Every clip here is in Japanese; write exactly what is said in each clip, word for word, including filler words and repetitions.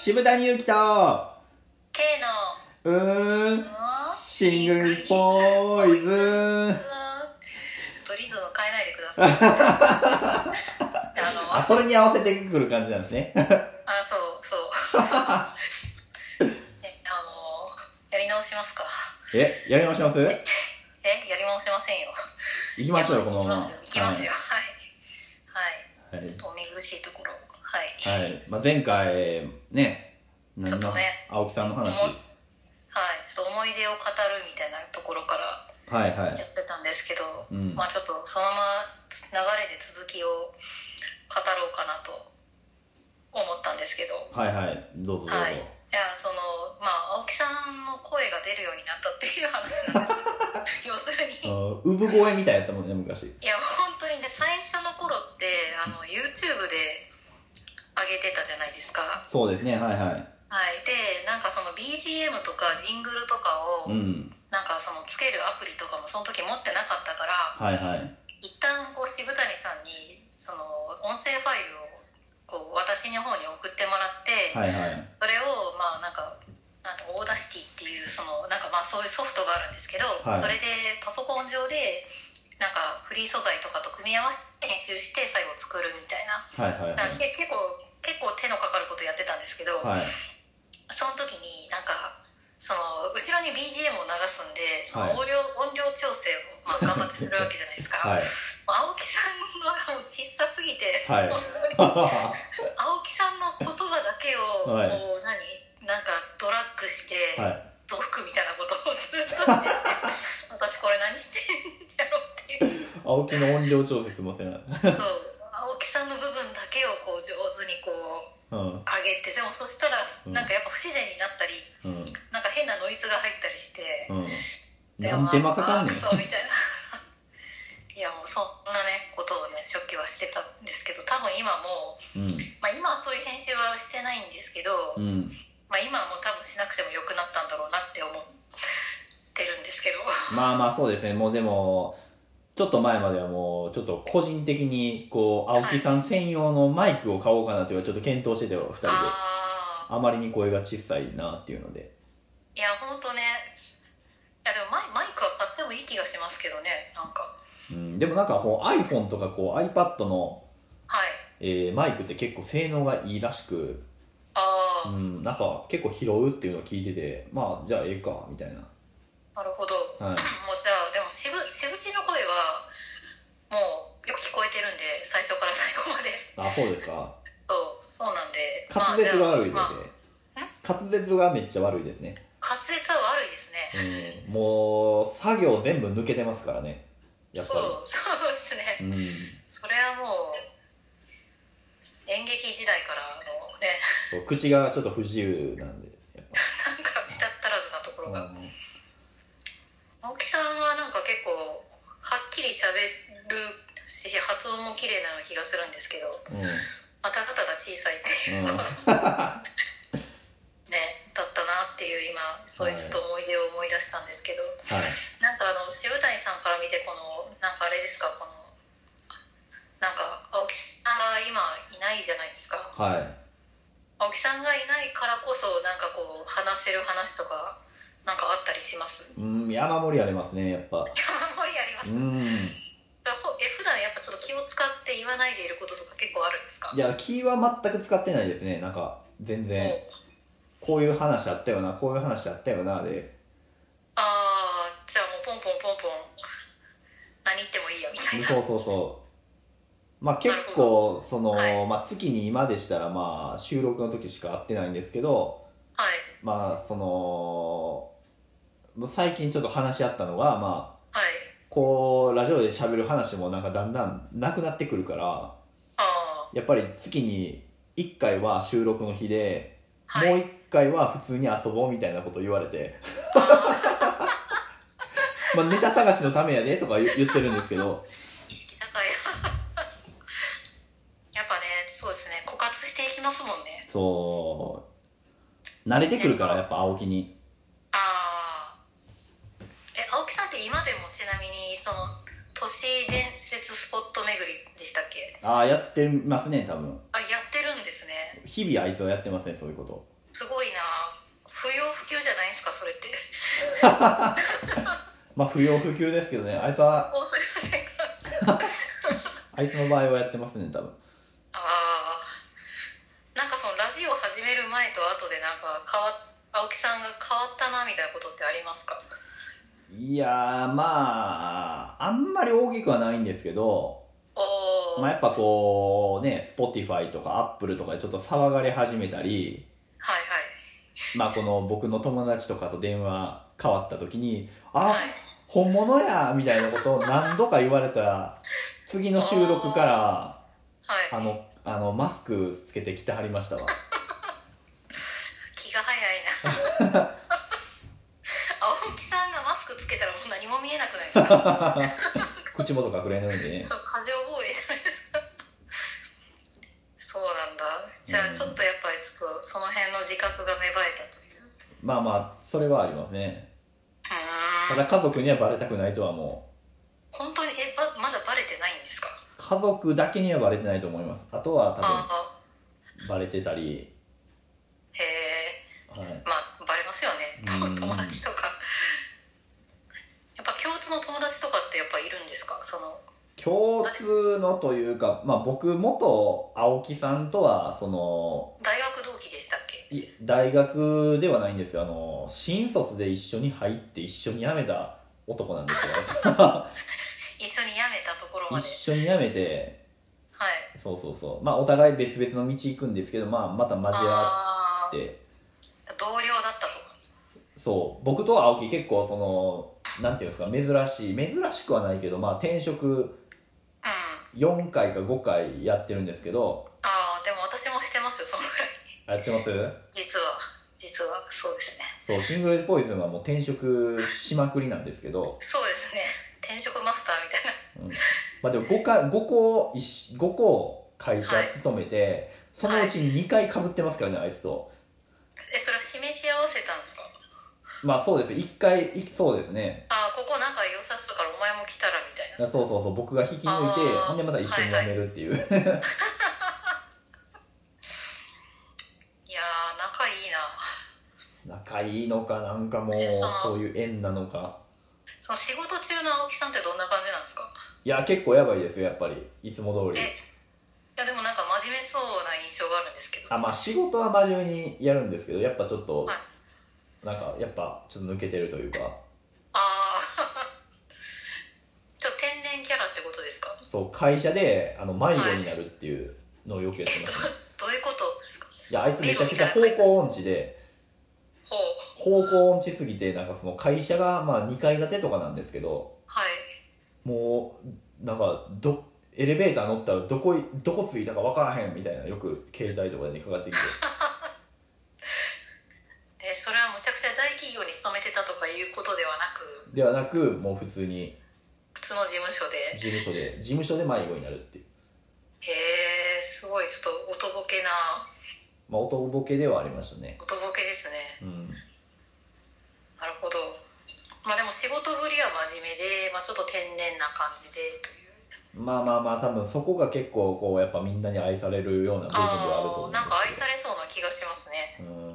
渋谷祐希と K うーんのシングルボーイズ。 ちょっとリズム変えないでください。あのあ、それに合わせてくる感じなんですね。 あ、そうそうえあのやり直しますか。 え、やり直します？ え、やり直しませんよ。 行きましょうよ、このまま。 行きますよ。はいはい、はい、 はい、 ちょっとお見苦しいところ。はい、 はい、まあ、前回ね、 ちょっとね、 青木さんの話、 はい、ちょっと思い出を語るみたいなところからはいはいやってたんですけど、 うん、 まあちょっとそのまま流れで続きを語ろうかなと思ったんですけど、 はいはい、どうぞどうぞ。 はい、いや、そのまあ青木さんの声が出るようになったっていう話なんですよ。要するに産声みたいやったもんね、昔。 いや本当にね、最初の頃ってあの YouTube で上げてたじゃないですか。 そうですね、はいはい。 はい、でなんかその ビージーエム とかジングルとかを、うん、なんかそのつけるアプリとかもその時持ってなかったから、 はいはい、 一旦こう渋谷さんにその音声ファイルをこう私の方に送ってもらって、 はいはい、 それをまあなんかなんオーダーシティっていうそのなんかまあそういうソフトがあるんですけど、はい、それでパソコン上でなんかフリー素材とかと組み合わせて編集して最後作るみたいな、はいはいはい、結構結構手のかかることやってたんですけど、はい、その時になんかその後ろに ビージーエム を流すんで、その音量、はい、音量調整をまあ頑張ってするわけじゃないですか。はい、青木さんのもう小さすぎて、はい、本当に青木さんの言葉だけをこう、はい、何なんかドラッグして、はい、ドックみたいなことをずっとしてて私これ何してんやろっていう青木の音量調節もせないそう青木さんの部分だけをこう上手にこう、うん、上げて、でもそしたらなんかやっぱ不自然になったり、うん、なんか変なノイズが入ったりして、うん、 なん手間かかんねんそうみたいないやもうそんなねことをね初期はしてたんですけど、多分今もう、うんまあ、今はそういう編集はしてないんですけど、うんまあ、今はもう多分しなくてもよくなったんだろうなって思ってるんですけどまあまあそうですね。もうでもちょっと前まではもうちょっと個人的にこう青木さん専用のマイクを買おうかなというのはちょっと検討しててよふたりで。 あ, あまりに声が小さいなっていうので、 いやほんとね、いやでも マイ, マイクは買ってもいい気がしますけどね。なんか、 うん、でもなんかこう iPhone とかこう iPad の、 はいえー、マイクって結構性能がいいらしく、 あ、 うん、なんか結構拾うっていうのを聞いてて、まあじゃあええかみたいな。 なるほど、はい、もうじゃあでもしぶしぶちの声はもうよく聞こえてるんで最初から最後まで。 あ、そうですか。 そうそうなんで滑舌が悪いですね、まあ、滑舌がめっちゃ悪いですね。 滑舌は悪いですね、うん、もう作業全部抜けてますからね、 やっぱり。そうそうですね、うん、それはもう演劇時代からのね、 そう口がちょっと不自由なんでやっぱなんか舌足らずなところが、うん、青木さんはなんか結構はっきりしゃべるし発音も綺麗な気がするんですけど、うん、またただ小さいっていうか、うん、ね、だったなっていう今そういうちょっと思い出を思い出したんですけど、はい、なんかあの渋谷さんから見てこのなんかあれですか、このなんか青木さんが今いないじゃないですか、 はい、 青木さんがいないからこそなんかこう話せる話とかなんかあったりします？ うん、山盛りありますね、やっぱ。 山盛りあります。うん。え、普段やっぱちょっと気を使って言わないでいることとか結構あるんですか？ いや、気は全く使ってないですね。なんか全然こういう話あったよな、こういう話あったよなで。 ああ、じゃあもうポンポンポンポン何言ってもいいやみたいな。 そうそうそう。まあ結構その、はい、まあ月に今でしたらまあ収録の時しか会ってないんですけど、 はい、 まあその最近ちょっと話し合ったのが、まあ、 はい、 こうラジオで喋る話もなんかだんだんなくなってくるから、 あ、 やっぱり月にいっかいは収録の日で、はい、もういっかいは普通に遊ぼうみたいなこと言われてまあネタ探しのためやでとか言ってるんですけど意識高いやっぱね、そうですね、枯渇していきますもんね。 そう慣れてくるから、やっぱ青木に。 ああ、え、青木さんって今でもちなみにその都市伝説スポット巡りでしたっけ？ ああ、やってますね、多分。 あ、やってるんですね。 日々あいつはやってますね、そういうこと。 ごいな。不要不急じゃないですかそれってまあ不要不急ですけどね、あいつは通報すりませんかあいつの場合はやってますね多分。 ああ、なんかそのラジオ始める前と後でなんか変わっ青木さんが変わったなみたいなことってありますか？ いやーまああんまり大きくはないんですけど、 お、 まあ、やっぱこうね Spotify とか Apple とかでちょっと騒がれ始めたり、 はいはい、 まあこの僕の友達とかと電話変わった時にあ、 はい、 本物やみたいなことを何度か言われたら次の収録からはい、 あのあのマスクつけてきてはりましたわ気が早いな青木さんがマスクつけたらもう何も見えなくないですか口元隠れないんでね。 そう過剰防衛じゃないですかそうなんだ。じゃあちょっとやっぱりちょっとその辺の自覚が芽生えたという。 まあまあそれはありますね。 うーん、 ただ家族にはバレたくないとはもう。 本当にえばまだバレてないんですか？ 家族だけにはバレてないと思います。あとは多あ分バレてたり、 へえ、 はい、 まあバレますよね友達とかやっぱ共通の友達とかってやっぱいるんですか？その共通のというか、まあ僕元青木さんとはその大学同期でしたっけ？ い大学ではないんですよ。あの新卒で一緒に入って一緒に辞めた男なんですよ一緒に辞めたところまで。 一緒に辞めて、 はい、 そうそうそう、まあお互い別々の道行くんですけど、まあまた交わあって同僚だったと。 そう僕と青木結構そのなんていうんですか、珍しい珍しくはないけど、まあ転職うん、 よんかいかごかいやってるんですけど。 ああ、でも私もしてますよそのぐらい。 やってます。 実は実はそうですね。 そうシングルズポイズンはもう転職しまくりなんですけど、 そうですね、転職マスターみたいな、 うん、まあでも 5, か5個ごこ会社勤めて、はい、そのうちににかい被ってますからね、あいつと。 え、それは示し合わせたんですか？ まあそうです、いっかいそうですね。 ああ、ここなんか良さそうからお前も来たらみたいな。 そうそうそう、僕が引き抜いて、ほんでまた一緒に辞めるっていう、はいはい、いやー仲いいな。仲いいのか、なんかもうそういう縁なのか。 その仕事中の青木さんってどんな感じなんですか？ いや結構やばいですよやっぱり、いつも通り。 え、いやでもなんか真面目そうな印象があるんですけど。 あ、まあ仕事は真面目にやるんですけど、やっぱちょっと、はい、なんかやっぱちょっと抜けてるというか。 ああちょっと天然キャラってことですか？ そう会社であの迷子になるっていうのをよくやってますね、はい、 どういうことですか？ いやあいつめちゃくちゃ方向音痴で、方向音痴すぎて、なんかその会社がまあにかい建てとかなんですけど、 はい、 もうなんかどエレベーター乗ったらどこどこ着いたか分からへんみたいな、よく携帯とかにかかってきてえ、それはむちゃくちゃ大企業に勤めてたとかいうことではなくではなく、もう普通に普通の事務所で事務所で事務所で迷子になるっていう。 へえ、すごいちょっとおとぼけな。 まあおとぼけではありましたね。 おとぼけですね、 うん、 なるほど。まあでも仕事ぶりは真面目で、まあ、ちょっと天然な感じでという。 まあまあまあ多分そこが結構こうやっぱみんなに愛されるような部分ではあると思うんですけど。 なんか愛されそうな気がしますね。 うん、うん、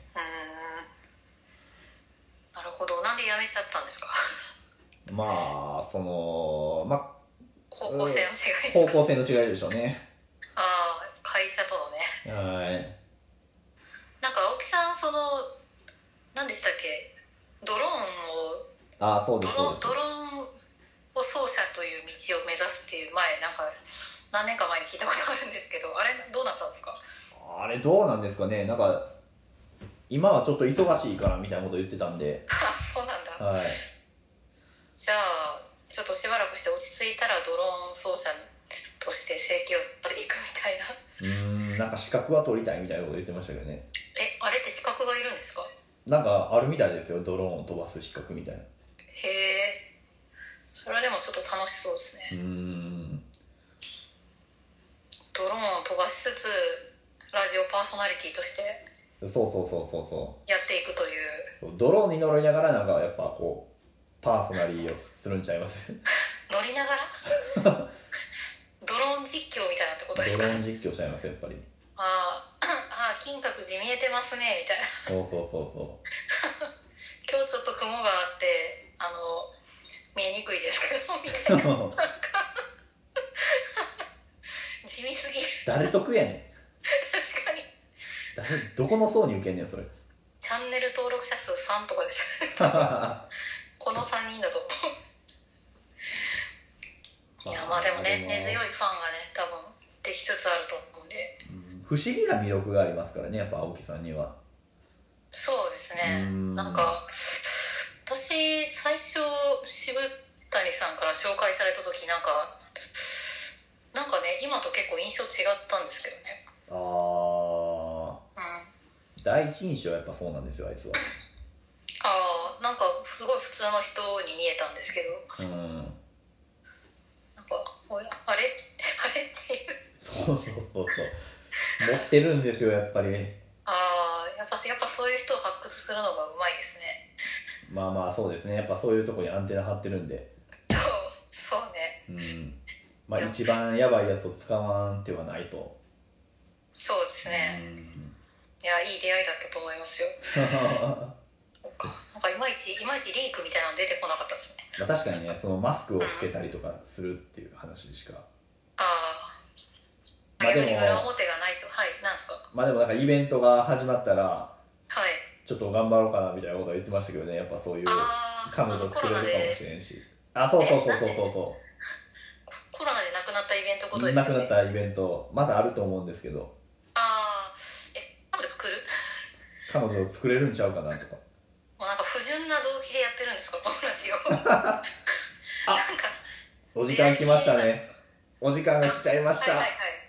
なるほど。なんで辞めちゃったんですか？まあそのまあ方向性の違いですか。方向性の違いでしょうね。 ああ、会社とのね。 はい。 なんか青木さん、その何でしたっけ、ドローンをあそうですドロドローンを操作という道を目指すっていう前、なんか何年か前に聞いたことあるんですけど、あれどうなったんですか？ あれどうなんですかね。なんか今はちょっと忙しいからみたいなこと言ってたんであ、そうなんだ、 はい、 じゃあちょっとしばらくして落ち着いたらドローン操作として生計を立てていくみたいな。 うーん、なんか資格は取りたいみたいなこと言ってましたけどね。 え、あれって資格がいるんですか？ なんかあるみたいですよ、ドローンを飛ばす資格みたいな。 へえ、それはでもちょっと楽しそうですね。 うーん、 ドローンを飛ばしつつラジオパーソナリティとしてそうそうそうそうそうやっていくという。 ドローンに乗りながらなんかやっぱこうパーソナリーをするんちゃいます乗りながらドローン実況みたいなってことですか？ ドローン実況しちゃいますやっぱり。 ああ、あ、 金閣寺見えてますねみたいな。 そうそうそうそう今日ちょっと雲があってあの見えにくいですけどみたいななんか地味すぎる。 誰得やねん確かに誰どこの層に受けんねんそれ。 チャンネル登録者数さんとかですこのさんにんだと思ういやまあでもね根強いファンがね多分できつつあると思うんで、 うん、不思議な魅力がありますからねやっぱ青木さんには。 そうですね。んなんか私最初渋谷さんから紹介された時なんかなんかね今と結構印象違ったんですけどね。 ああ、うん、第一印象はやっぱそうなんですよあいつは。 ああなんかすごい普通の人に見えたんですけど、うん、なんかおやあれあれっていうそうそうそうそう持ってるんですよやっぱり。 ああやっぱやっぱそういう人を発掘するのがうまいですね。 まあまあそうですねやっぱそういうところにアンテナ張ってるんで。 そうそうね。 うんまあ一番やばいやつを使わん手はないと。 そうですね。うんいやいい出会いだったと思いますよそうかなんかいまいちいまいちリークみたいなの出てこなかったですね。 まあ確かにねそのマスクをつけたりとかするっていう話しか、うん、ああまあでも裏表がないとはいなんですか。 まあでもなんかイベントが始まったらはいちょっと頑張ろうかなみたいなことは言ってましたけどねやっぱそういう彼女作れるかもしれんし。あそうそうそうそうそうそうコロナでなくなったイベントことですよね。 なくなったイベントまだあると思うんですけど。 ああえ彼女作る彼女を作れるんちゃうかなとか。 もうなんか不純な動機でやってるんですかこのラジオあなんかお時間来ましたね。お時間が来ちゃいました。 はいはいはい